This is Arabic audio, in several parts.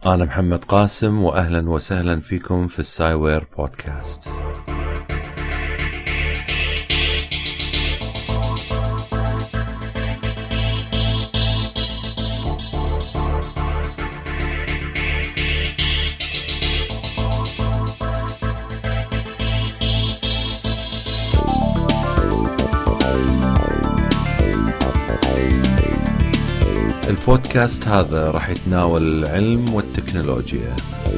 أنا محمد قاسم، وأهلا وسهلا فيكم في السايوير بودكاست. البودكاست هذا راح يتناول العلم والتكنولوجيا.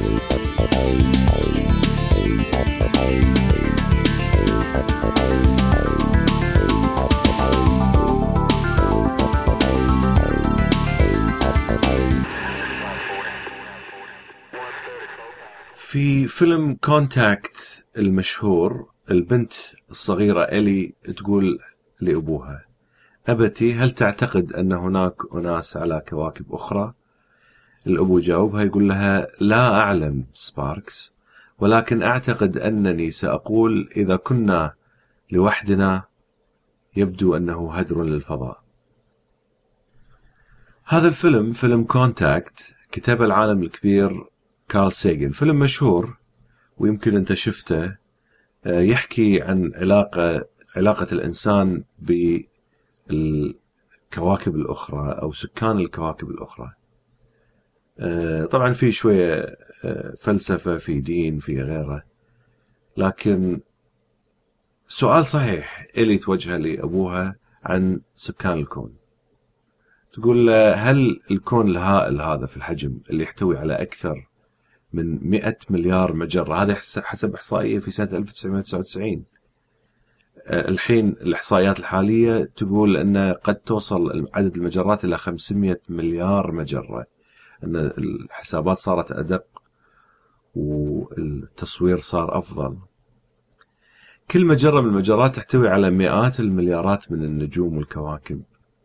في فيلم كونتاكت المشهور، البنت الصغيرة إلي تقول لأبوها: أبتي، هل تعتقد أن هناك أناس على كواكب أخرى؟ الأبو جاوبها يقول لها: لا أعلم سباركس، ولكن أعتقد أنني سأقول إذا كنا لوحدنا يبدو أنه هدر للفضاء. هذا الفيلم، فيلم كونتاكت، كتب العالم الكبير كارل ساغن، فيلم مشهور ويمكن أنت شفته. يحكي عن علاقة الإنسان بالكواكب الأخرى أو سكان الكواكب الأخرى. طبعا في شوية فلسفة، في دين، في غيره، لكن سؤال صحيح اللي توجه لأبوها عن سكان الكون. تقول: هل الكون الهائل هذا في الحجم اللي يحتوي على أكثر من 100 مليار مجرة، هذا حسب إحصائية في سنة 1999، الحين الإحصائيات الحالية تقول أن قد توصل عدد المجرات إلى 500 مليار مجرة، أن الحسابات صارت أدق والتصوير صار أفضل. كل مجرة من المجرات تحتوي على مئات المليارات من النجوم والكواكب.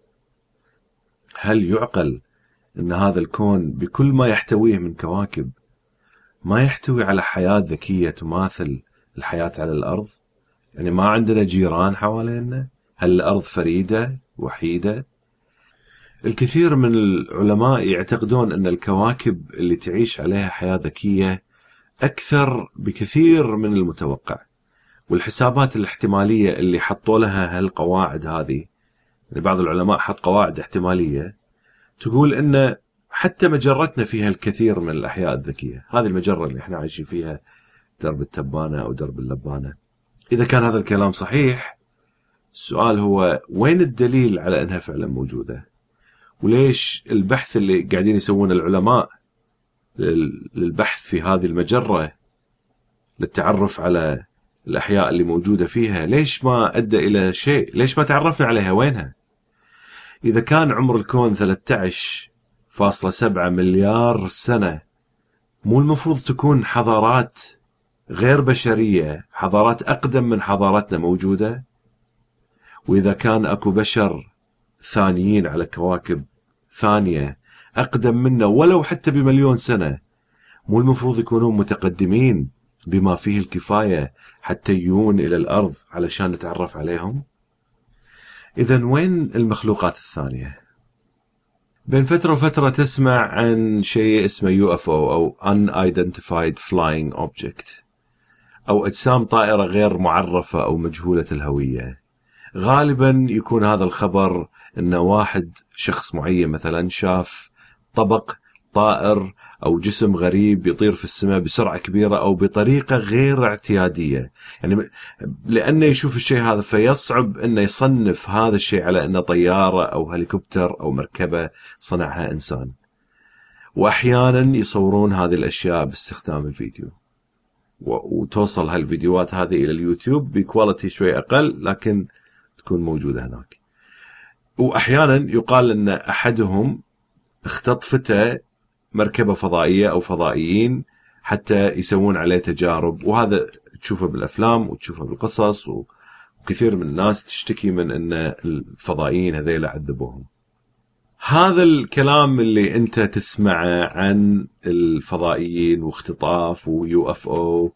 هل يعقل أن هذا الكون بكل ما يحتويه من كواكب ما يحتوي على حياة ذكية تماثل الحياة على الأرض؟ يعني ما عندنا جيران حوالينا؟ هل الأرض فريدة وحيدة؟ الكثير من العلماء يعتقدون أن الكواكب اللي تعيش عليها حياة ذكية أكثر بكثير من المتوقع، والحسابات الاحتمالية اللي حطوا لها هالقواعد هذه، يعني بعض العلماء حط قواعد احتمالية تقول أن حتى مجرتنا فيها الكثير من الأحياء الذكية. هذه المجرة اللي احنا عايشين فيها، درب التبانة أو درب اللبانة. إذا كان هذا الكلام صحيح، السؤال هو: وين الدليل على أنها فعلا موجودة؟ وليش البحث اللي قاعدين يسوون العلماء للبحث في هذه المجرة للتعرف على الأحياء اللي موجودة فيها، ليش ما أدى إلى شيء؟ ليش ما تعرفنا عليها؟ وينها؟ إذا كان عمر الكون 13.7 مليار سنة، مو المفروض تكون حضارات غير بشرية، حضارات أقدم من حضارتنا موجودة؟ وإذا كان أكو بشر ثانيين على كواكب ثانية أقدم منا ولو حتى بمليون سنة، مو المفروض يكونون متقدمين بما فيه الكفاية حتى يجون إلى الأرض علشان نتعرف عليهم؟ إذن وين المخلوقات الثانية؟ بين فترة وفترة تسمع عن شيء اسمه UFO أو Unidentified Flying Object، أو أجسام طائرة غير معرفة أو مجهولة الهوية. غالبا يكون هذا الخبر أن واحد شخص معين مثلا شاف طبق طائر أو جسم غريب يطير في السماء بسرعة كبيرة أو بطريقة غير اعتيادية، يعني لأنه يشوف الشيء هذا فيصعب أنه يصنف هذا الشيء على أنه طيارة أو هليكوبتر أو مركبة صنعها إنسان. وأحيانا يصورون هذه الأشياء باستخدام الفيديو، وتوصل هالفيديوهات هذه إلى اليوتيوب بكواليتي شوي أقل، لكن تكون موجودة هناك. وأحيانا يقال أن أحدهم اختطفته مركبة فضائية أو فضائيين حتى يسوون عليه تجارب، وهذا تشوفه بالأفلام وتشوفه بالقصص، وكثير من الناس تشتكي من أن الفضائيين هذيل عذبوهم. هذا الكلام اللي أنت تسمعه عن الفضائيين واختطاف وUFO،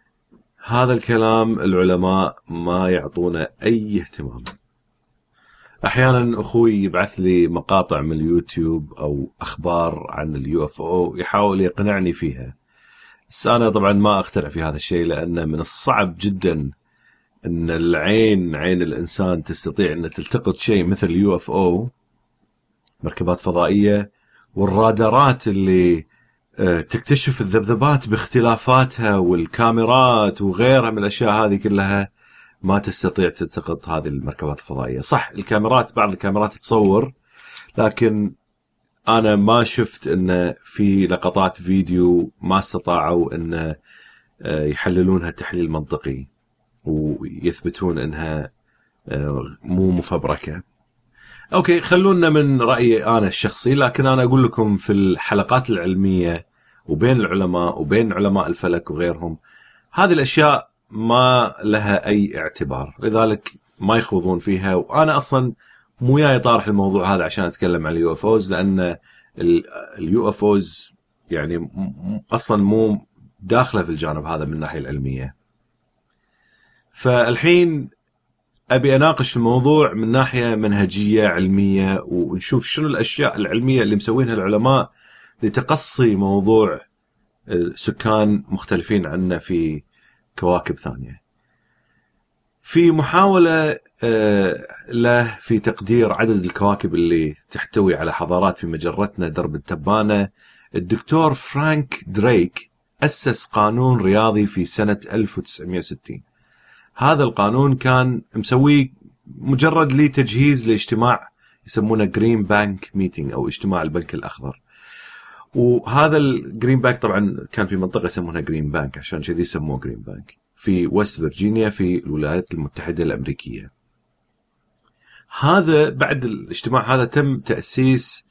هذا الكلام العلماء ما يعطونه أي اهتمام. احيانا اخوي يبعث لي مقاطع من اليوتيوب او اخبار عن الUFO يحاول يقنعني فيها، بس انا طبعا ما اقتنع في هذا الشيء، لان من الصعب جدا ان عين الانسان تستطيع ان تلتقط شيء مثل الUFO، مركبات فضائيه، والرادارات اللي تكتشف الذبذبات باختلافاتها، والكاميرات وغيرها من الاشياء هذه كلها ما تستطيع تلتقط هذه المركبات الفضائيه. صح الكاميرات، بعض الكاميرات تصور، لكن انا ما شفت ان في لقطات فيديو ما استطاعوا ان يحللونها تحليل منطقي ويثبتون انها مو مفبركه. اوكي، خلونا من رايي انا الشخصي، لكن انا اقول لكم في الحلقات العلميه وبين العلماء وبين علماء الفلك وغيرهم، هذه الاشياء ما لها اي اعتبار، لذلك ما يخوضون فيها. وانا اصلا مو جاي طارح الموضوع هذا عشان اتكلم عن الUFOs، لان الUFOs يعني اصلا مو داخله في الجانب هذا من الناحيه العلميه. فالحين ابي اناقش الموضوع من ناحيه منهجيه علميه، ونشوف شنو الاشياء العلميه اللي مسوينها العلماء لتقصي موضوع سكان مختلفين عنا في كواكب ثانيه. في محاوله له في تقدير عدد الكواكب اللي تحتوي على حضارات في مجرتنا درب التبانه، الدكتور فرانك دريك اسس قانون رياضي في سنه 1960. هذا القانون كان مسويه مجرد لتجهيز لاجتماع يسمونه جرين بانك ميتينج او اجتماع البنك الاخضر. وهذا الجرين بانك طبعا كان في منطقه يسمونها جرين بانك، عشان كذي سموه جرين بانك، في ويست فيرجينيا في الولايات المتحده الامريكيه. هذا بعد الاجتماع هذا تم تاسيس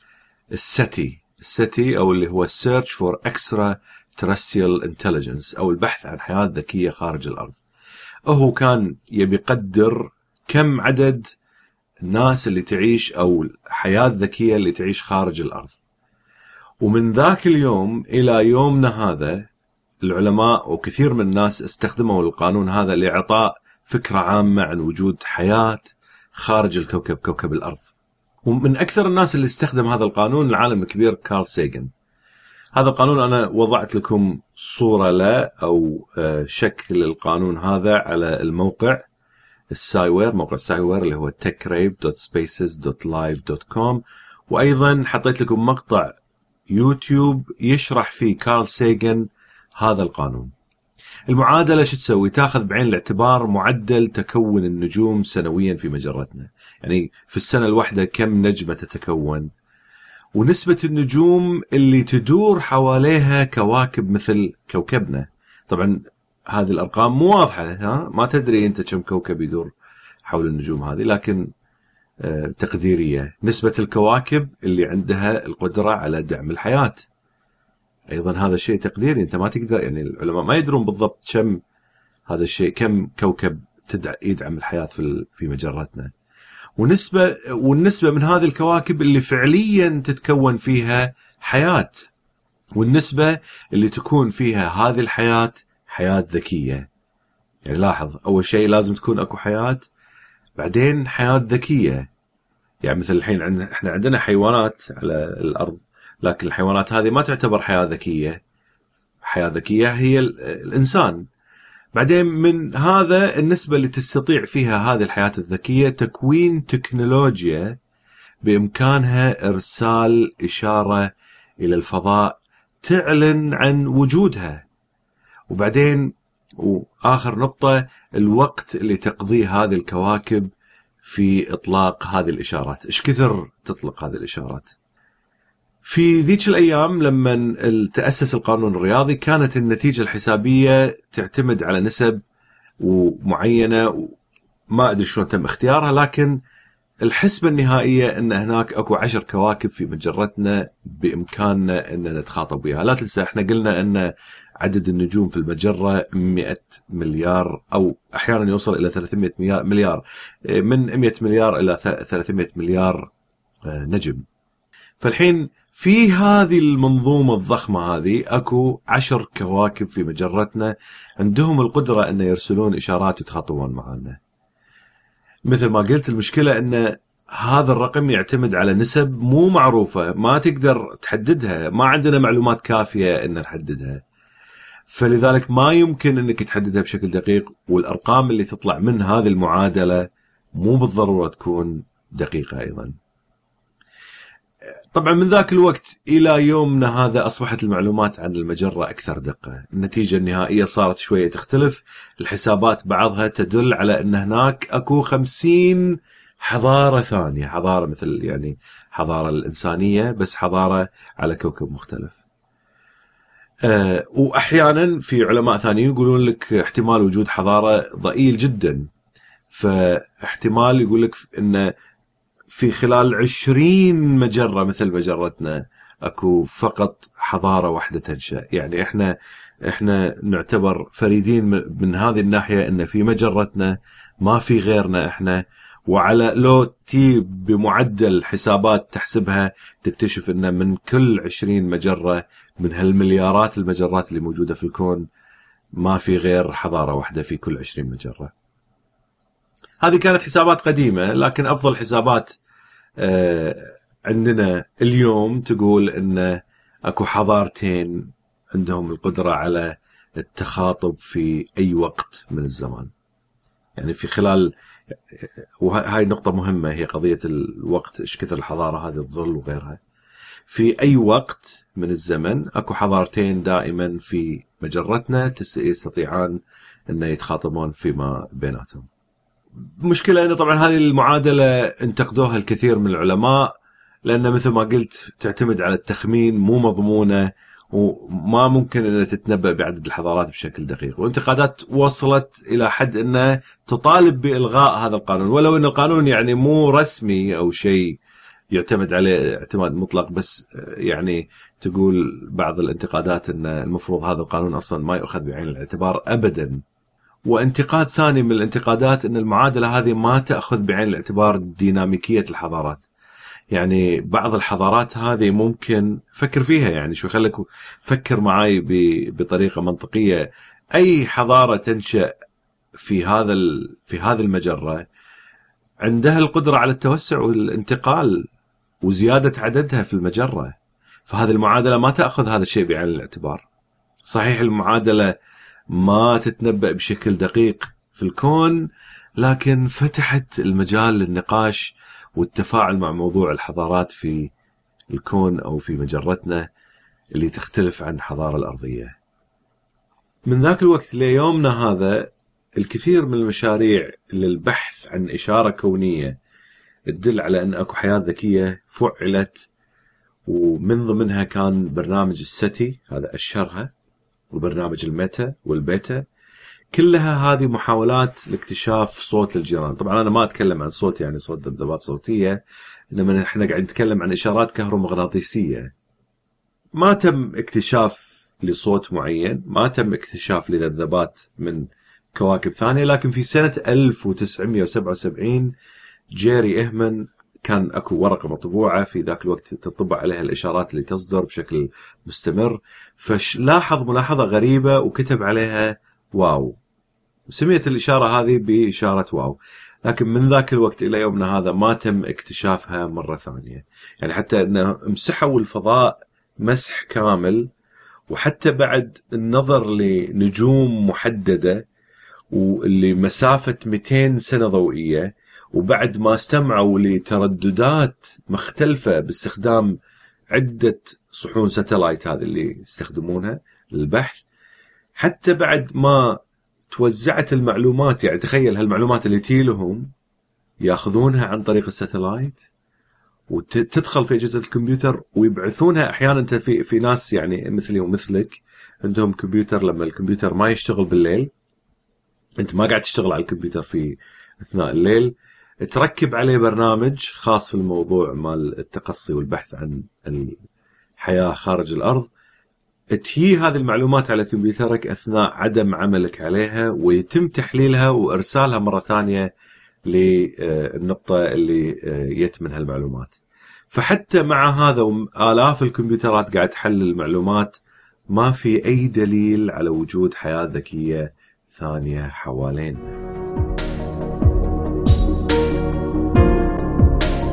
السيتي او اللي هو Search for Extraterrestrial Intelligence او البحث عن حياه ذكيه خارج الارض. هو كان يبي يقدر كم عدد الناس اللي تعيش أو الحياة الذكية اللي تعيش خارج الأرض. ومن ذاك اليوم إلى يومنا هذا العلماء وكثير من الناس استخدموا القانون هذا لإعطاء فكرة عامة عن وجود حياة خارج الكوكب، كوكب الأرض. ومن أكثر الناس اللي استخدم هذا القانون العالم الكبير كارل ساغن. هذا القانون أنا وضعت لكم صورة له أو شكل القانون هذا على الموقع السايوير، موقع السايوير اللي هو techrave.spaces.live.com، وأيضا حطيت لكم مقطع يوتيوب يشرح فيه كارل ساغن هذا القانون. المعادلة شو تسوي؟ تاخذ بعين الاعتبار معدل تكون النجوم سنويا في مجرتنا، يعني في السنة الواحدة كم نجمة تتكون، ونسبة النجوم اللي تدور حواليها كواكب مثل كوكبنا. طبعا هذه الأرقام مو واضحة، ما تدري أنت كم كوكب يدور حول النجوم هذه، لكن تقديرية. نسبة الكواكب اللي عندها القدرة على دعم الحياة، أيضا هذا شيء تقديري، أنت ما تقدر، يعني العلماء ما يدرون بالضبط كم هذا الشيء، كم كوكب يدعم الحياة في مجرتنا. والنسبة من هذه الكواكب اللي فعليا تتكون فيها حياة، والنسبة اللي تكون فيها هذه الحياة حياة ذكية. يعني لاحظ، أول شيء لازم تكون أكو حياة، بعدين حياة ذكية. يعني مثل الحين احنا عندنا حيوانات على الأرض، لكن الحيوانات هذه ما تعتبر حياة ذكية. حياة ذكية هي الإنسان. بعدين من هذا النسبة اللي تستطيع فيها هذه الحياة الذكية تكوين تكنولوجيا بإمكانها إرسال إشارة إلى الفضاء تعلن عن وجودها. وبعدين وآخر نقطة، الوقت اللي تقضيه هذه الكواكب في إطلاق هذه الإشارات، إيش كثر تطلق هذه الإشارات. في ذيك الأيام لما تأسس القانون الرياضي كانت النتيجة الحسابية تعتمد على نسب معينة، وما أدري شلون تم اختيارها، لكن الحسبة النهائية أن هناك أكو 10 كواكب في مجرتنا بإمكاننا أن نتخاطب وياها. لا تنسى احنا قلنا أن عدد النجوم في المجرة 100 مليار أو أحيانا يوصل إلى 300 مليار، من 100 مليار إلى 300 مليار نجم. فالحين في هذه المنظومة الضخمة هذه أكو 10 كواكب في مجرتنا عندهم القدرة أن يرسلون إشارات يتخاطبون معنا. مثل ما قلت، المشكلة أن هذا الرقم يعتمد على نسب مو معروفة، ما تقدر تحددها، ما عندنا معلومات كافية ان نحددها، فلذلك ما يمكن انك تحددها بشكل دقيق، والارقام اللي تطلع من هذه المعادلة مو بالضرورة تكون دقيقة ايضا. طبعا من ذاك الوقت الى يومنا هذا اصبحت المعلومات عن المجرة اكثر دقة، النتيجة النهائية صارت شوية تختلف، الحسابات بعضها تدل على ان هناك اكو 50 حضارة ثانية، حضارة مثل يعني حضارة الإنسانية بس حضارة على كوكب مختلف. وأحيانا في علماء ثانيين يقولون لك احتمال وجود حضارة ضئيل جدا، فاحتمال يقول لك إن في خلال 20 مجرة مثل مجرتنا أكو فقط حضارة واحدة تنشأ. يعني إحنا نعتبر فريدين من هذه الناحية، إن في مجرتنا ما في غيرنا إحنا، وعلى لو تي بمعدل حسابات تحسبها تكتشف ان من كل 20 مجرة من هالمليارات المجرات اللي موجودة في الكون ما في غير حضارة واحدة في كل 20 مجرة. هذه كانت حسابات قديمة، لكن افضل حسابات عندنا اليوم تقول ان اكو حضارتين عندهم القدرة على التخاطب في اي وقت من الزمان. يعني في خلال، وهاي نقطة مهمة، هي قضية الوقت، ايش كثر الحضارة هذه تظل وغيرها. في أي وقت من الزمن أكو حضارتين دائما في مجرتنا يستطيعان أن يتخاطبون فيما بيناتهم. مشكلة أنه طبعا هذه المعادلة انتقدوها الكثير من العلماء، لأن مثل ما قلت تعتمد على التخمين، مو مضمونة، وما ممكن أن تتنبأ بعدد الحضارات بشكل دقيق. وانتقادات وصلت إلى حد أنها تطالب بإلغاء هذا القانون، ولو أن القانون يعني مو رسمي أو شيء يعتمد عليه اعتماد مطلق، بس يعني تقول بعض الانتقادات أن المفروض هذا القانون أصلا ما يؤخذ بعين الاعتبار أبدا. وانتقاد ثاني من الانتقادات أن المعادلة هذه ما تأخذ بعين الاعتبار ديناميكية الحضارات. يعني بعض الحضارات هذه ممكن فكر فيها، يعني شو خليك فكر معاي بطريقة منطقية. أي حضارة تنشأ في هذه المجرة عندها القدرة على التوسع والانتقال وزيادة عددها في المجرة، فهذه المعادلة ما تأخذ هذا الشيء بعين الاعتبار. صحيح المعادلة ما تتنبأ بشكل دقيق في الكون، لكن فتحت المجال للنقاش والتفاعل مع موضوع الحضارات في الكون أو في مجرتنا اللي تختلف عن الحضارة الأرضية. من ذاك الوقت ليومنا هذا الكثير من المشاريع للبحث عن إشارة كونية تدل على أن أكو حياة ذكية فعلت، ومن ضمنها كان برنامج السيتي، هذا أشهرها، وبرنامج الميتا والبيتا. كلها هذه محاولات لاكتشاف صوت الجيران. طبعا أنا ما أتكلم عن صوت يعني صوت ذبذبات صوتية، إنما إحنا قاعد نتكلم عن إشارات كهرومغناطيسية. ما تم اكتشاف لصوت معين، ما تم اكتشاف لذبذبات من كواكب ثانية، لكن في سنة 1977 جيري إيهمان كان أكو ورقة مطبوعة في ذاك الوقت تطبع عليها الإشارات اللي تصدر بشكل مستمر، فلاحظ ملاحظة غريبة وكتب عليها واو، وسميت الإشارة هذه بإشارة واو. لكن من ذاك الوقت إلى يومنا هذا ما تم اكتشافها مرة ثانية. يعني حتى أنه مسحوا الفضاء مسح كامل، وحتى بعد النظر لنجوم محددة واللي مسافة 200 سنة ضوئية، وبعد ما استمعوا لترددات مختلفة باستخدام عدة صحون ساتلايت هذه اللي يستخدمونها للبحث، حتى بعد ما توزعت المعلومات، يعني تخيل هالمعلومات اللي تيلهم ياخذونها عن طريق الساتلايت وتدخل في أجهزة الكمبيوتر ويبعثونها. أحيانا أنت في ناس يعني مثلي ومثلك عندهم كمبيوتر، لما الكمبيوتر ما يشتغل بالليل، أنت ما قاعد تشتغل على الكمبيوتر في أثناء الليل، تركب عليه برنامج خاص في الموضوع مال التقصي والبحث عن الحياة خارج الأرض، تهي هذه المعلومات على كمبيوترك أثناء عدم عملك عليها، ويتم تحليلها وإرسالها مرة ثانية للنقطة اللي يت منها المعلومات. فحتى مع هذا وآلاف الكمبيوترات قاعد تحلل المعلومات، ما في أي دليل على وجود حياة ذكية ثانية حوالينا.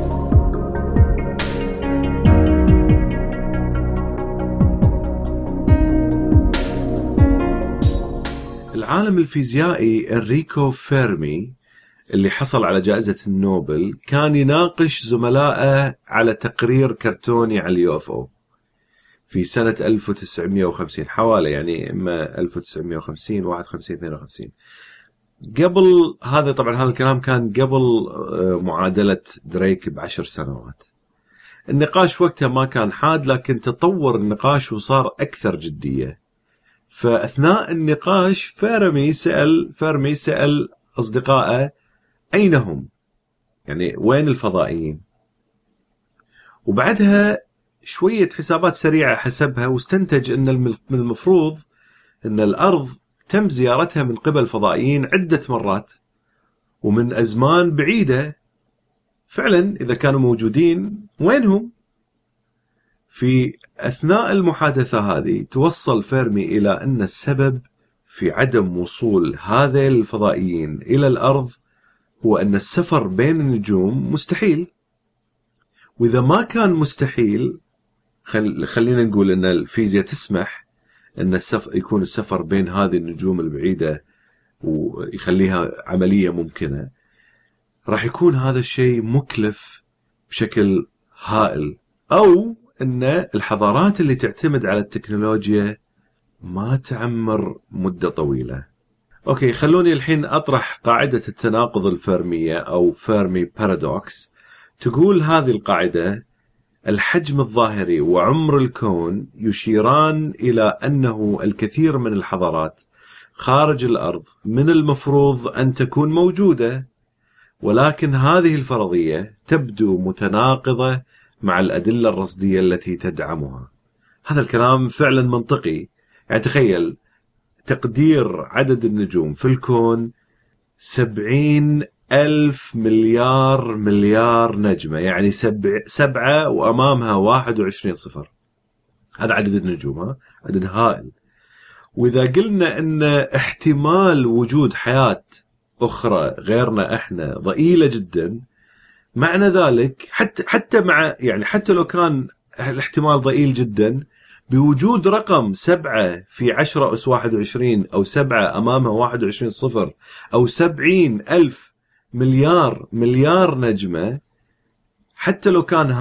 العالم الفيزيائي إنريكو فيرمي اللي حصل على جائزة النوبل كان يناقش زملائه على تقرير كرتوني على اليو اف او في سنة 1950 حوالي، يعني إما 1950 51 52. قبل هذا طبعا هذا الكلام كان قبل معادلة دريك ب10 سنوات. النقاش وقتها ما كان حاد، لكن تطور النقاش وصار أكثر جدية. فأثناء النقاش فيرمي سأل أصدقائه أين هم؟ يعني وين الفضائيين؟ وبعدها شوية حسابات سريعة حسبها واستنتج أن من المفروض أن الأرض تم زيارتها من قبل فضائيين عدة مرات ومن أزمان بعيدة. فعلا إذا كانوا موجودين وينهم؟ في أثناء المحادثة هذه توصل فيرمي إلى أن السبب في عدم وصول هذه الفضائيين إلى الأرض هو أن السفر بين النجوم مستحيل. وإذا ما كان مستحيل خلينا نقول أن الفيزياء تسمح أن يكون السفر بين هذه النجوم البعيدة ويخليها عملية ممكنة، راح يكون هذا الشيء مكلف بشكل هائل، أو أن الحضارات اللي تعتمد على التكنولوجيا ما تعمر مدة طويلة. أوكي، خلوني الحين أطرح قاعدة التناقض الفيرمية أو فيرمي بارادوكس. تقول هذه القاعدة: الحجم الظاهري وعمر الكون يشيران إلى أنه الكثير من الحضارات خارج الأرض من المفروض أن تكون موجودة، ولكن هذه الفرضية تبدو متناقضة مع الأدلة الرصدية التي تدعمها. هذا الكلام فعلا منطقي. يعني تخيل تقدير عدد النجوم في الكون 70,000 مليار نجمة، يعني 7 وأمامها 21 صفر. هذا عدد النجوم، عدد هائل. وإذا قلنا أن احتمال وجود حياة أخرى غيرنا إحنا ضئيلة جدا، معنى ذلك حتى مع يعني حتى لو كان الاحتمال ضئيل جدا، بوجود رقم 7 في 10 أس 21 أو 7 أمامها 21 صفر أو 70,000 مليار نجمة، حتى لو كانت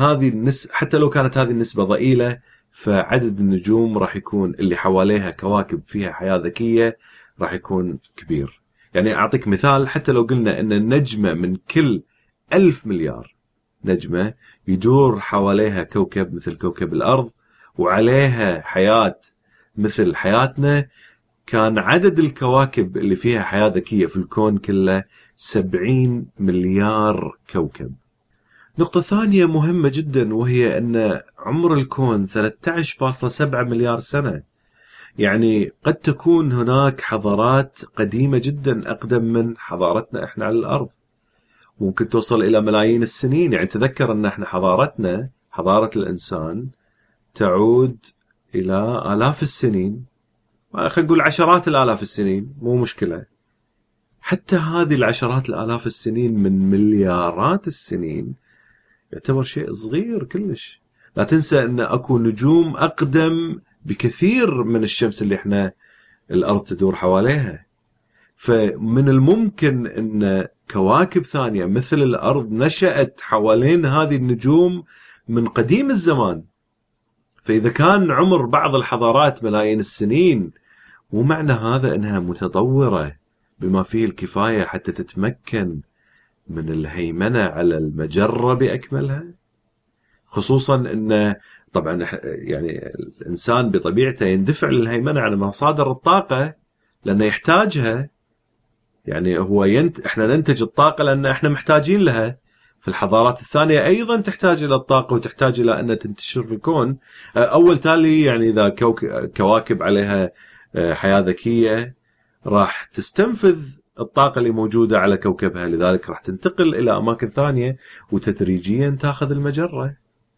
هذه النسبة ضئيلة، فعدد النجوم راح يكون اللي حواليها كواكب فيها حياة ذكية راح يكون كبير. يعني أعطيك مثال، حتى لو قلنا أن النجمة من كل 1000 مليار نجمة يدور حواليها كوكب مثل كوكب الأرض وعليها حياة مثل حياتنا، كان عدد الكواكب اللي فيها حياة ذكية في الكون كله 70 مليار كوكب. نقطة ثانية مهمة جدا، وهي أن عمر الكون 13.7 مليار سنة. يعني قد تكون هناك حضارات قديمة جدا أقدم من حضارتنا إحنا على الأرض، ممكن توصل إلى ملايين السنين. يعني تذكر أن إحنا حضارتنا، حضارة الإنسان، تعود إلى آلاف السنين، خلينا نقول عشرات الآلاف السنين، مو مشكلة. حتى هذه العشرات الآلاف السنين من مليارات السنين يعتبر شيء صغير كلش. لا تنسى أن أكو نجوم أقدم بكثير من الشمس اللي إحنا الأرض تدور حواليها. فمن الممكن أن كواكب ثانية مثل الأرض نشأت حوالين هذه النجوم من قديم الزمان. فإذا كان عمر بعض الحضارات ملايين السنين، مو معنى هذا أنها متطورة بما فيه الكفاية حتى تتمكن من الهيمنة على المجرة بأكملها. خصوصا أن طبعا يعني الإنسان بطبيعته يندفع للهيمنة على مصادر الطاقة لأنه يحتاجها. يعني احنا ننتج الطاقة لأن احنا محتاجين لها. في الحضارات الثانية أيضا تحتاج إلى الطاقة وتحتاج إلى أن تنتشر في الكون. أول تالي يعني إذا كواكب عليها حياة ذكية راح تستنفذ الطاقة اللي موجودة على كوكبها، لذلك راح تنتقل إلى أماكن ثانية وتدريجيا تأخذ المجرة.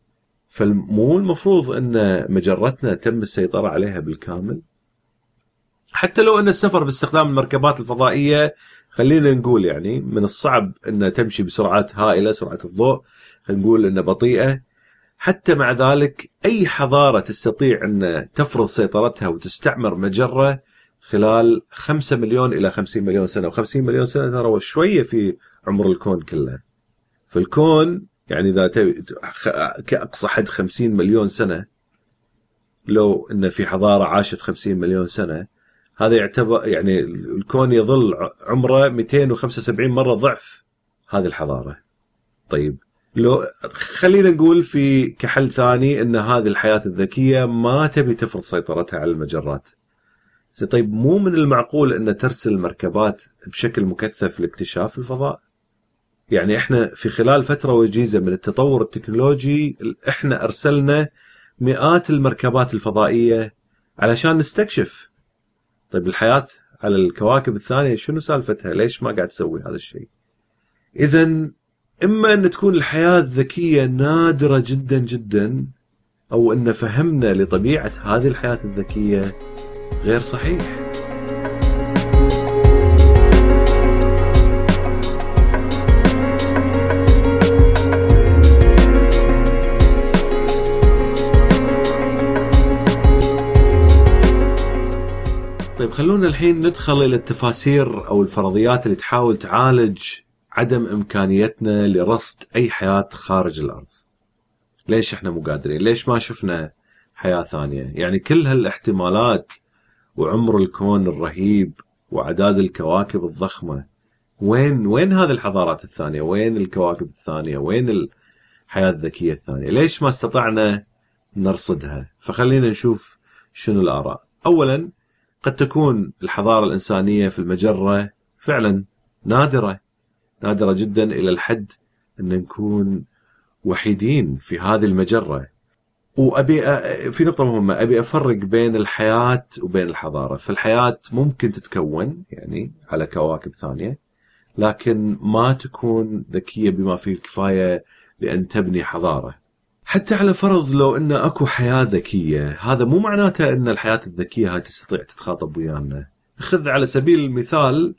فمو المفروض أن مجرتنا تم السيطرة عليها بالكامل. حتى لو أن السفر باستخدام المركبات الفضائية خلينا نقول يعني من الصعب أن تمشي بسرعات هائلة، سرعة الضوء خلينا نقول أنها بطيئة. حتى مع ذلك أي حضارة تستطيع أن تفرض سيطرتها وتستعمر مجرة خلال 5 مليون إلى 50 مليون سنة. و50 مليون سنة ترى شوية في عمر الكون كله. فالكون يعني إذا كأقصى حد 50 مليون سنة، لو إن في حضارة عاشت 50 مليون سنة، هذا يعتبر يعني الكون يظل عمره 275 مرة ضعف هذه الحضارة. طيب لو خلينا نقول في كحل ثاني إن هذه الحياة الذكية ما تبي تفرض سيطرتها على المجرات. طيب مو من المعقول أن ترسل مركبات بشكل مكثف لاكتشاف الفضاء؟ يعني إحنا في خلال فترة وجيزة من التطور التكنولوجي إحنا أرسلنا مئات المركبات الفضائية علشان نستكشف. طيب الحياة على الكواكب الثانية شنو سالفتها؟ ليش ما قاعد تسوي هذا الشيء؟ إذن إما أن تكون الحياة الذكية نادرة جدا جدا، أو أن فهمنا لطبيعة هذه الحياة الذكية غير صحيح. طيب خلونا الحين ندخل إلى التفاسير أو الفرضيات اللي تحاول تعالج عدم إمكانيتنا لرصد أي حياة خارج الأرض. ليش إحنا مو قادرين؟ ليش ما شفنا حياة ثانية؟ يعني كل هالاحتمالات وعمر الكون الرهيب وعداد الكواكب الضخمة، وين هذه الحضارات الثانية؟ وين الكواكب الثانية؟ وين الحياة الذكية الثانية؟ ليش ما استطعنا نرصدها؟ فخلينا نشوف شنو الآراء. أولا، قد تكون الحضارة الإنسانية في المجرة فعلا نادرة جدا إلى الحد أن نكون وحيدين في هذه المجرة. وأبي في نقطة مهمة، أبي أفرق بين الحياة وبين الحضارة. فالحياة ممكن تتكون يعني على كواكب ثانية، لكن ما تكون ذكية بما فيه الكفاية لأن تبني حضارة. حتى على فرض لو أن أكو حياة ذكية، هذا مو معناته أن الحياة الذكية هاي تستطيع تتخاطب ويانا. خذ على سبيل المثال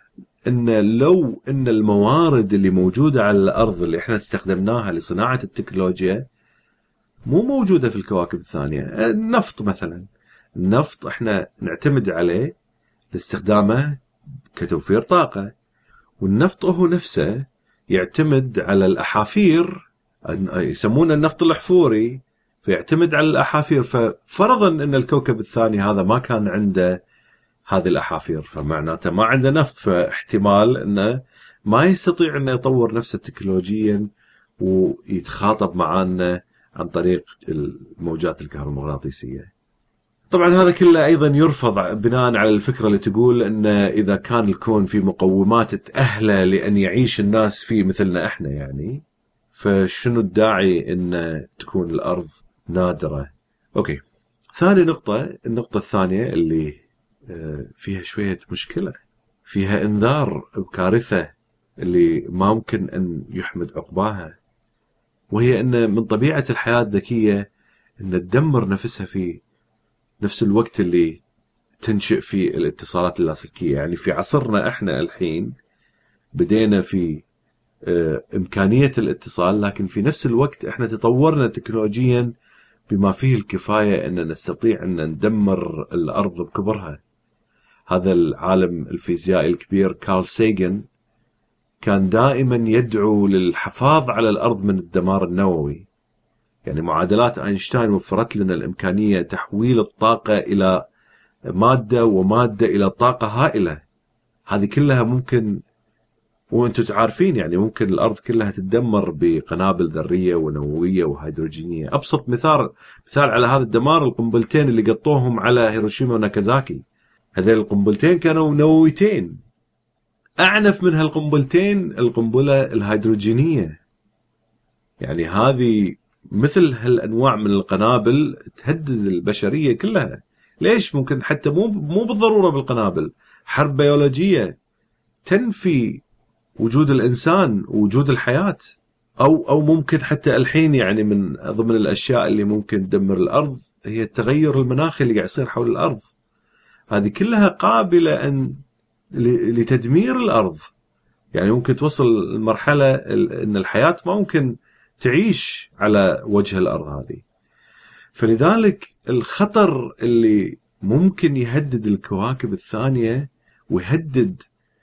أن لو أن الموارد اللي موجودة على الأرض اللي إحنا استخدمناها لصناعة التكنولوجيا مو موجودة في الكواكب الثانية. النفط مثلا، النفط إحنا نعتمد عليه لاستخدامه كتوفير طاقة، والنفط هو نفسه يعتمد على الأحافير، يسمونه النفط الأحفوري، فيعتمد على الأحافير. ففرضا أن الكوكب الثاني هذا ما كان عنده هذه الأحافير، فمعناته ما عنده نفط، فاحتمال أنه ما يستطيع أنه يطور نفسه تكنولوجيا ويتخاطب معنا عن طريق الموجات الكهرومغناطيسية. طبعا هذا كله أيضا يرفض بناء على الفكرة اللي تقول أن إذا كان الكون في مقومات تأهله لأن يعيش الناس فيه مثلنا إحنا يعني، فشنو الداعي أن تكون الأرض نادرة؟ أوكي، ثاني نقطة، النقطة الثانية اللي فيها شوية مشكلة، فيها إنذار بكارثة اللي ما ممكن أن يحمد عقباها، وهي أن من طبيعة الحياة الذكية أن تدمر نفسها في نفس الوقت اللي تنشئ فيه الاتصالات اللاسلكية. يعني في عصرنا إحنا الحين بدينا في إمكانية الاتصال، لكن في نفس الوقت إحنا تطورنا تكنولوجيا بما فيه الكفاية أن نستطيع أن ندمر الأرض بكبرها. هذا العالم الفيزيائي الكبير كارل ساغن كان دائما يدعو للحفاظ على الأرض من الدمار النووي. يعني معادلات أينشتاين وفرت لنا الإمكانية تحويل الطاقة إلى مادة، ومادة إلى طاقة هائلة. هذه كلها ممكن، وأنتم تعرفين يعني ممكن الأرض كلها تتدمر بقنابل ذرية ونووية وهيدروجينية. أبسط مثال على هذا الدمار القنبلتين اللي قطوهم على هيروشيما وناكازاكي. هذين القنبلتين كانوا نوويتين. أعنف من هالقنبلتين القنبلة الهيدروجينية. يعني هذه مثل هالأنواع من القنابل تهدد البشرية كلها. ليش؟ ممكن حتى مو بالضرورة بالقنابل، حرب بيولوجية تنفي وجود الإنسان ووجود الحياة، أو ممكن حتى الحين يعني من ضمن الأشياء اللي ممكن تدمر الأرض هي التغير المناخي اللي قاعد يصير حول الأرض. هذه كلها قابلة لتدمير الأرض. يعني ممكن توصل المرحلة أن الحياة ما ممكن تعيش على وجه الأرض هذه. فلذلك الخطر اللي ممكن يهدد الكواكب الثانية ويهدد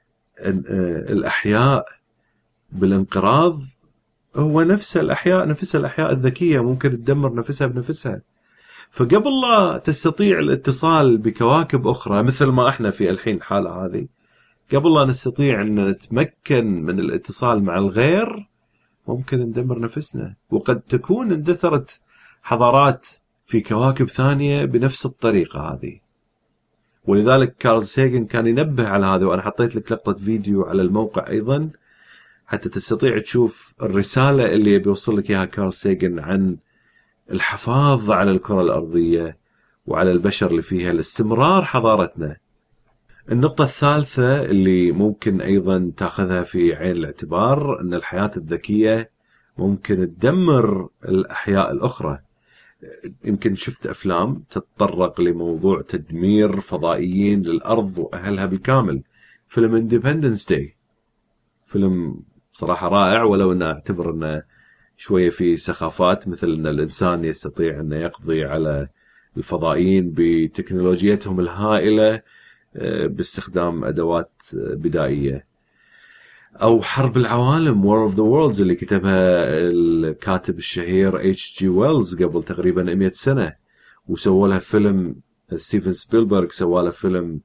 الأحياء بالانقراض، هو نفس الأحياء الذكية ممكن تدمر نفسها بنفسها. فقبل لا تستطيع الاتصال بكواكب أخرى مثل ما احنا في الحين حالة هذه، قبل لا نستطيع أن نتمكن من الاتصال مع الغير، ممكن ندمر نفسنا. وقد تكون اندثرت حضارات في كواكب ثانية بنفس الطريقة هذه. ولذلك كارل ساغن كان ينبه على هذا، وأنا حطيت لك لقطة فيديو على الموقع أيضا حتى تستطيع تشوف الرسالة اللي بيوصل لك إياها كارل ساغن عن الحفاظ على الكرة الأرضية وعلى البشر اللي فيها لاستمرار حضارتنا. النقطة الثالثة اللي ممكن أيضا تأخذها في عين الاعتبار أن الحياة الذكية ممكن تدمر الأحياء الأخرى. يمكن شفت أفلام تتطرق لموضوع تدمير فضائيين للأرض وأهلها بالكامل. فيلم Independence Day فيلم صراحة رائع، ولو أن أعتبر أنه شوية في سخافات، مثل أن الإنسان يستطيع أن يقضي على الفضائيين بتكنولوجيتهم الهائلة باستخدام أدوات بدائية. أو حرب العوالم War of the Worlds اللي كتبها الكاتب الشهير H.G. Wells قبل تقريبا 100 سنة، وسووا لها فيلم ستيفن سبيلبرغ، سووا له فيلم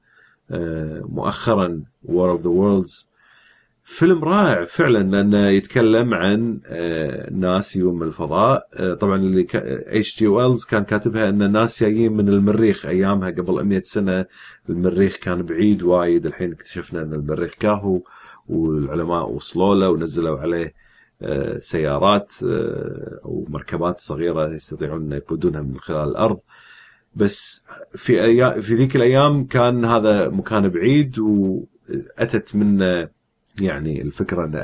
مؤخرا War of the Worlds. فيلم رائع فعلا، لأنه يتكلم عن ناس يوم الفضاء. طبعا اللي H.G. Wells كان كاتبها أن الناس جايين من المريخ أيامها قبل 100 سنة. المريخ كان بعيد وايد، الحين اكتشفنا أن المريخ كاهو، والعلماء وصلوا له ونزلوا عليه سيارات أو مركبات صغيرة يستطيعون أن يقودونها من خلال الأرض. بس في ذيك الأيام كان هذا مكان بعيد، وأتت منه يعني الفكرة أن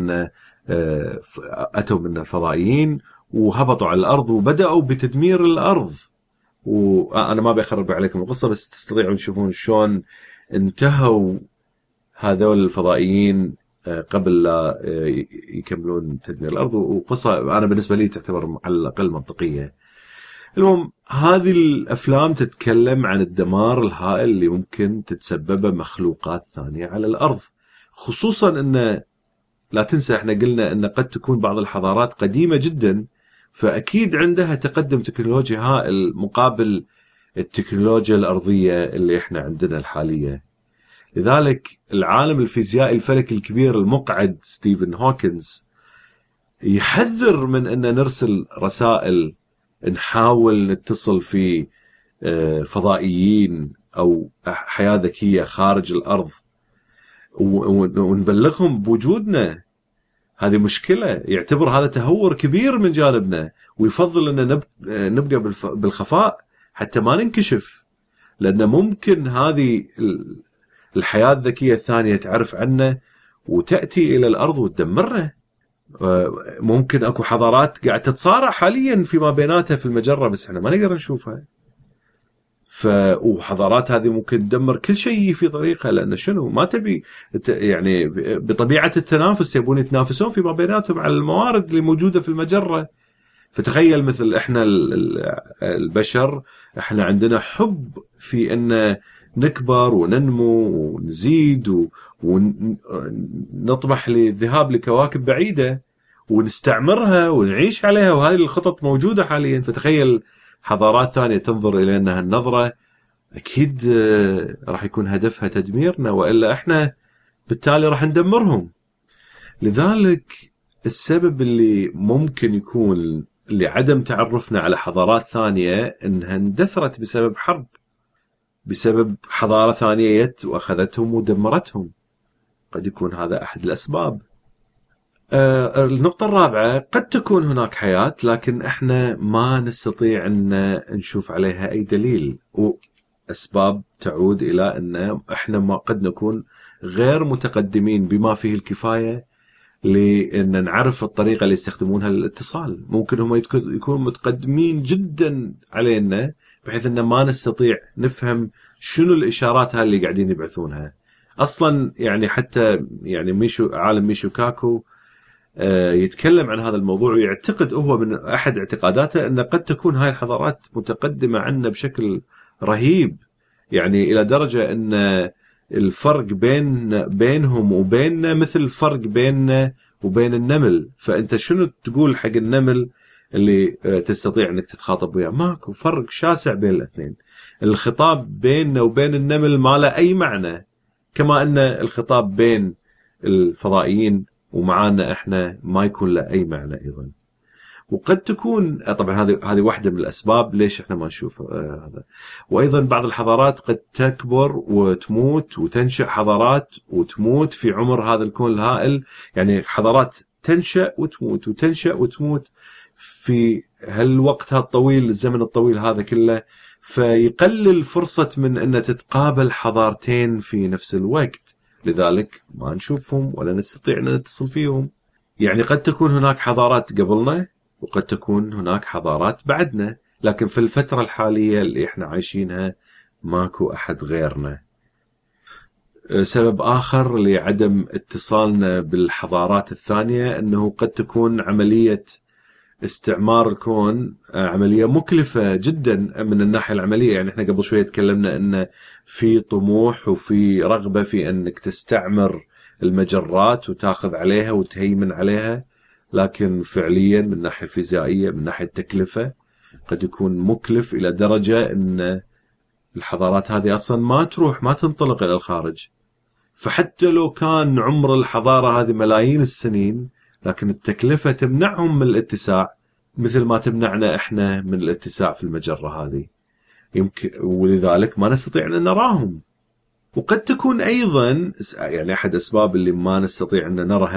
أتوا من الفضائيين وهبطوا على الأرض وبدأوا بتدمير الأرض. وأنا ما بخرب عليكم القصة، بس تستطيعون تشوفون شلون انتهوا هذول الفضائيين قبل لا يكملون تدمير الأرض. وقصة أنا بالنسبة لي تعتبر على الأقل منطقية. المهم، هذه الأفلام تتكلم عن الدمار الهائل اللي ممكن تتسببه مخلوقات ثانية على الأرض، خصوصا أن لا تنسى احنا قلنا أن قد تكون بعض الحضارات قديمة جدا، فأكيد عندها تقدم تكنولوجي هائل مقابل التكنولوجيا الأرضية اللي احنا عندنا الحالية. لذلك العالم الفيزيائي الفلكي الكبير المقعد ستيفن هوكنز يحذر من أن نرسل رسائل نحاول نتصل في فضائيين أو حياة ذكية خارج الأرض ونبلغهم بوجودنا. هذه مشكلة، يعتبر هذا تهور كبير من جانبنا، ويفضل أن نبقى بالخفاء حتى ما ننكشف، لأن ممكن هذه الحياة الذكية الثانية تعرف عنا وتأتي إلى الأرض وتدمرنا. ممكن أكو حضارات قاعدة تتصارع حاليا فيما بيناتها في المجرة، بس احنا ما نقدر نشوفها. وحضارات هذه ممكن تدمر كل شيء في طريقها، لأن شنو ما تبي يعني بطبيعة التنافس يبون يتنافسون فيما بيناتهم على الموارد اللي موجودة في المجرة. فتخيل مثل احنا البشر، احنا عندنا حب في أن نكبر وننمو ونزيد ونطمح للذهاب لكواكب بعيدة ونستعمرها ونعيش عليها، وهذه الخطط موجودة حاليا. فتخيل حضارات ثانية تنظر إلينا هالنظرة، أكيد راح يكون هدفها تدميرنا، وإلا إحنا بالتالي راح ندمرهم. لذلك السبب اللي ممكن يكون لعدم تعرفنا على حضارات ثانية إنها اندثرت بسبب حرب، بسبب حضارة ثانية جت وأخذتهم ودمرتهم. قد يكون هذا أحد الأسباب. النقطة الرابعة، قد تكون هناك حياة لكن احنا ما نستطيع أن نشوف عليها أي دليل، وأسباب تعود إلى أن احنا ما قد نكون غير متقدمين بما فيه الكفاية لأن نعرف الطريقة اللي يستخدمونها للاتصال. ممكن هم يكونوا متقدمين جدا علينا بحيث أن ما نستطيع نفهم شنو الإشارات هاي اللي قاعدين يبعثونها أصلا. يعني حتى يعني عالم ميشو كاكو يتكلم عن هذا الموضوع، ويعتقد هو من أحد اعتقاداته أن قد تكون هاي الحضارات متقدمة عنا بشكل رهيب، يعني إلى درجة أن الفرق بينهم وبيننا مثل الفرق بيننا وبين النمل. فأنت شنو تقول حق النمل اللي تستطيع أنك تتخاطب وياه؟ ماكو فرق شاسع بين الاثنين. الخطاب بيننا وبين النمل ما له أي معنى، كما أن الخطاب بين الفضائيين ومعانا إحنا ما يكون له أي معنى أيضا. وقد تكون طبعا هذه واحدة من الأسباب ليش إحنا ما نشوف هذا. وأيضا بعض الحضارات قد تكبر وتموت وتنشأ حضارات وتموت في عمر هذا الكون الهائل. يعني حضارات تنشأ وتموت وتنشأ وتموت في هالوقت الطويل، الزمن الطويل هذا كله، فيقلل فرصة من أن تتقابل حضارتين في نفس الوقت، لذلك ما نشوفهم ولا نستطيع أن نتصل فيهم. يعني قد تكون هناك حضارات قبلنا وقد تكون هناك حضارات بعدنا، لكن في الفترة الحالية اللي احنا عايشينها ماكو أحد غيرنا. سبب آخر لعدم اتصالنا بالحضارات الثانية أنه قد تكون عملية استعمار الكون عملية مكلفة جدا من الناحية العملية. يعني احنا قبل شوية تكلمنا أن في طموح وفي رغبة في أنك تستعمر المجرات وتاخذ عليها وتهيمن عليها، لكن فعليا من الناحية الفيزيائية من ناحية التكلفة قد يكون مكلف إلى درجة أن الحضارات هذه أصلا ما تروح، ما تنطلق إلى الخارج. فحتى لو كان عمر الحضارة هذه ملايين السنين، لكن التكلفة تمنعهم من الاتساع مثل ما تمنعنا إحنا من الاتساع في المجرة هذه، يمكن ولذلك ما نستطيع أن نراهم. وقد تكون أيضا يعني أحد أسباب اللي ما نستطيع أن نرى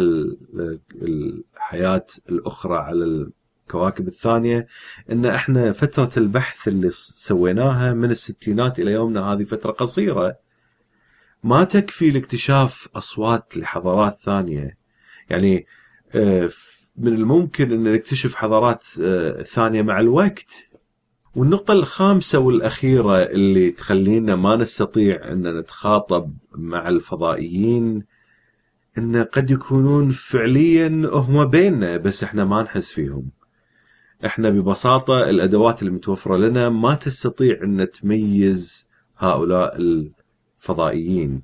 الحياة الأخرى على الكواكب الثانية أن إحنا فترة البحث اللي سويناها من الستينات إلى يومنا هذه فترة قصيرة، ما تكفي لاكتشاف أصوات لحضارات ثانية. يعني من الممكن أن نكتشف حضارات ثانية مع الوقت. والنقطة الخامسة والأخيرة اللي تخلينا ما نستطيع أن نتخاطب مع الفضائيين أن قد يكونون فعليا هم بيننا بس إحنا ما نحس فيهم. إحنا ببساطة الأدوات اللي متوفرة لنا ما تستطيع أن تميز هؤلاء الفضائيين.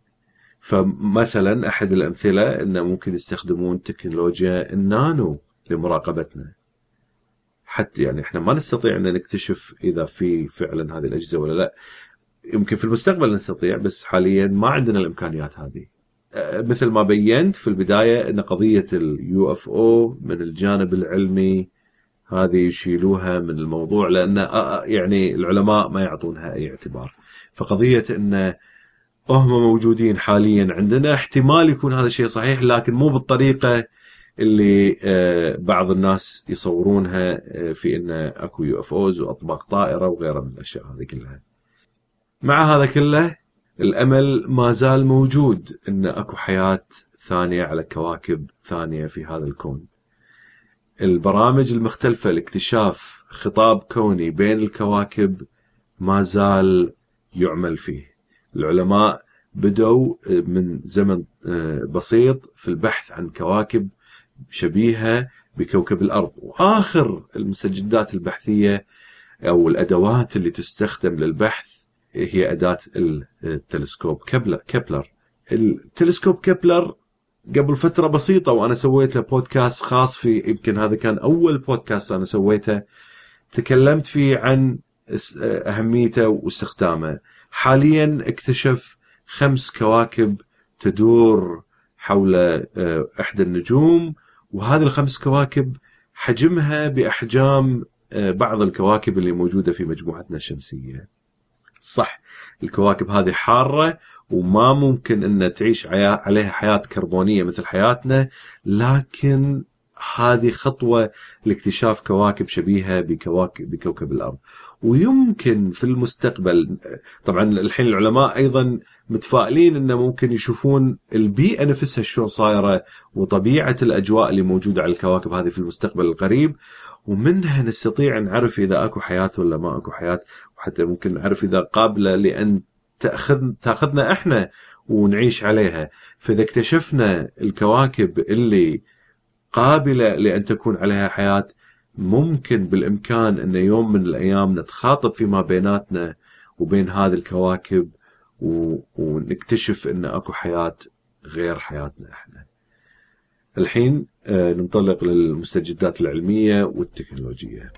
فمثلا أحد الأمثلة أنه ممكن يستخدمون تكنولوجيا النانو لمراقبتنا، حتى يعني إحنا ما نستطيع أن نكتشف إذا في فعلا هذه الأجهزة ولا لا. يمكن في المستقبل نستطيع، بس حاليا ما عندنا الإمكانيات هذه. مثل ما بينت في البداية أن قضية UFO من الجانب العلمي هذه يشيلوها من الموضوع، لأن يعني العلماء ما يعطونها أي اعتبار. فقضية أن هم موجودين حاليا عندنا احتمال يكون هذا الشيء صحيح، لكن مو بالطريقة اللي بعض الناس يصورونها في أن أكو UFOs وأطباق طائرة وغيرها من الأشياء هذه كلها. مع هذا كله الأمل ما زال موجود أن أكو حياة ثانية على كواكب ثانية في هذا الكون. البرامج المختلفة لاكتشاف خطاب كوني بين الكواكب ما زال يعمل فيه. العلماء بدوا من زمن بسيط في البحث عن كواكب شبيهة بكوكب الأرض، وآخر المستجدات البحثية أو الأدوات اللي تستخدم للبحث هي أداة التلسكوب كيبلر. التلسكوب كيبلر قبل فترة بسيطة وأنا سويت له بودكاست خاص فيه، يمكن هذا كان أول بودكاست أنا سويته تكلمت فيه عن أهميته واستخدامه. حاليا اكتشف 5 كواكب تدور حول إحدى النجوم، وهذه ال5 كواكب حجمها بأحجام بعض الكواكب اللي موجودة في مجموعتنا الشمسية. صح الكواكب هذه حارة وما ممكن أن تعيش عليها حياة كربونية مثل حياتنا، لكن هذه خطوة لاكتشاف كواكب شبيهة بكوكب الأرض. ويمكن في المستقبل، طبعا الحين العلماء أيضا متفائلين أنه ممكن يشوفون البيئة نفسها شو صايرة وطبيعة الأجواء اللي موجودة على الكواكب هذه في المستقبل القريب، ومنها نستطيع نعرف إذا أكو حياة ولا ما أكو حياة، وحتى ممكن نعرف إذا قابلة لأن تأخذنا إحنا ونعيش عليها. فإذا اكتشفنا الكواكب اللي قابلة لأن تكون عليها حياة، ممكن بالإمكان أن يوم من الأيام نتخاطب فيما بيناتنا وبين هذه الكواكب ونكتشف ان اكو حياة غير حياتنا احنا. الحين ننطلق للمستجدات العلمية والتكنولوجية.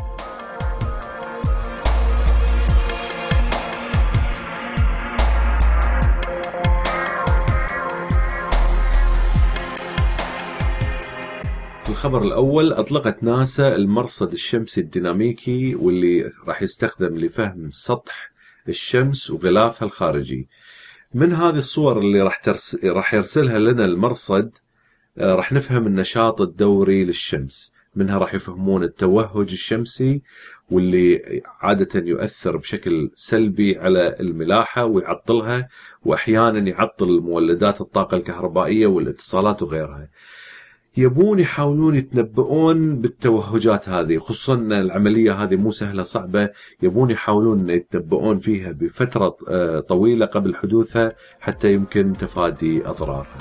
الخبر الأول: أطلقت ناسا المرصد الشمسي الديناميكي واللي راح يستخدم لفهم سطح الشمس وغلافها الخارجي. من هذه الصور اللي راح يرسلها لنا المرصد راح نفهم النشاط الدوري للشمس. منها راح يفهمون التوهج الشمسي واللي عادة يؤثر بشكل سلبي على الملاحة ويعطلها، وأحيانا يعطل مولدات الطاقة الكهربائية والاتصالات وغيرها. يبون يحاولون يتنبؤون بالتوهجات هذه، خصوصا العملية هذه مو سهلة صعبة. يبون يحاولون يتنبؤون فيها بفترة طويلة قبل حدوثها حتى يمكن تفادي أضرارها.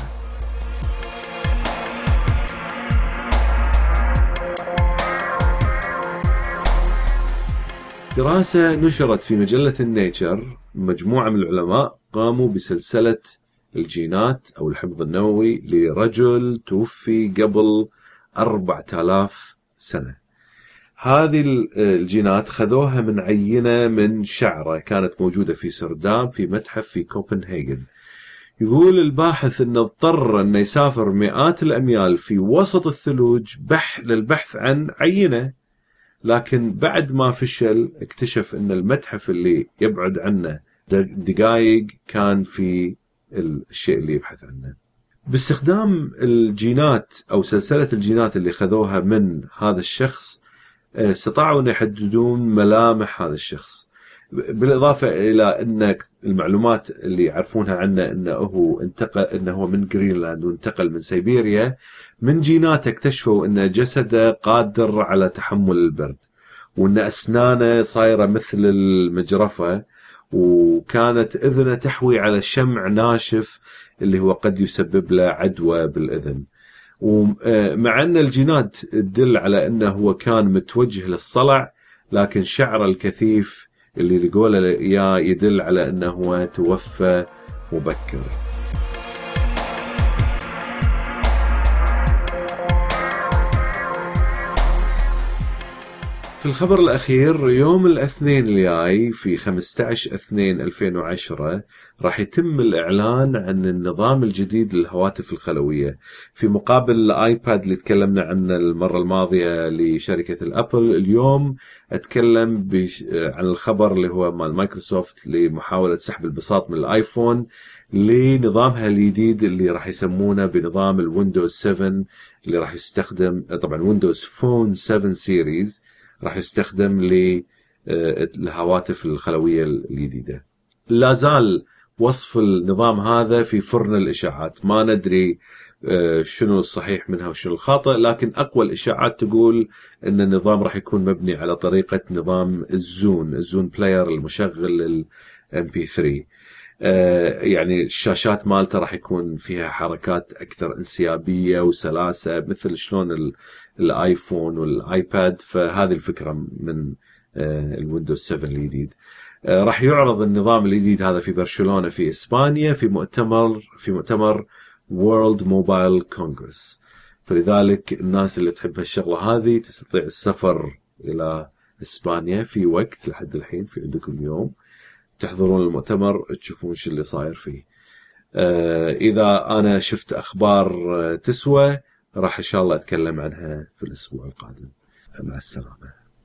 دراسة نشرت في مجلة النيتشر، مجموعة من العلماء قاموا بسلسلة الجينات أو الحمض النووي لرجل توفي قبل 4000 سنة. هذه الجينات خذوها من عينة من شعرة كانت موجودة في سرداب في متحف في كوبنهاجن. يقول الباحث أنه اضطر أنه يسافر مئات الأميال في وسط الثلوج للبحث عن عينة، لكن بعد ما فشل اكتشف أن المتحف اللي يبعد عنه دقائق كان في الشيء اللي يبحث عنه. باستخدام الجينات أو سلسلة الجينات اللي خذوها من هذا الشخص استطاعوا أن يحددون ملامح هذا الشخص، بالإضافة إلى أن المعلومات اللي يعرفونها عنه أنه هو من جرينلاند وانتقل من سيبيريا. من جيناته اكتشفوا أن جسده قادر على تحمل البرد، وأن أسنانه صايرة مثل المجرفة، وكانت أذنه تحوي على شمع ناشف اللي هو قد يسبب له عدوى بالأذن. ومع أن الجينات تدل على أنه هو كان متوجه للصلع، لكن شعره الكثيف اللي لقوله إياه يدل على أنه هو توفى مبكر. في الخبر الأخير: يوم الاثنين الجاي في 15/2/2010 راح يتم الإعلان عن النظام الجديد للهواتف الخلوية. في مقابل الآيباد اللي تكلمنا عنه المرة الماضية لشركة الأبل، اليوم أتكلم عن الخبر اللي هو مال مايكروسوفت لمحاولة سحب البساط من الآيفون لنظامها الجديد اللي راح يسمونه بنظام الويندوز 7 اللي راح يستخدم طبعا ويندوز فون 7 سيريز، راح يستخدم للهواتف الخلوية الجديدة. لا زال وصف النظام هذا في فرن الإشاعات، ما ندري شنو الصحيح منها وشنو الخاطئ، لكن أقوى الإشاعات تقول أن النظام راح يكون مبني على طريقة نظام الزون بلاير المشغل MP3. يعني الشاشات مالته راح يكون فيها حركات أكثر انسيابية وسلاسة مثل شلون الآيفون والآيباد. فهذه الفكرة من الويندوز 7 الجديد. راح يعرض النظام الجديد هذا في برشلونة في إسبانيا في مؤتمر World Mobile Congress. فلذلك الناس اللي تحب هالشغلة هذه تستطيع السفر إلى إسبانيا في وقت لحد الحين، في عندكم يوم تحضرون المؤتمر تشوفون شو اللي صاير فيه. إذا أنا شفت أخبار تسوى راح إن شاء الله أتكلم عنها في الأسبوع القادم. مع السلامة.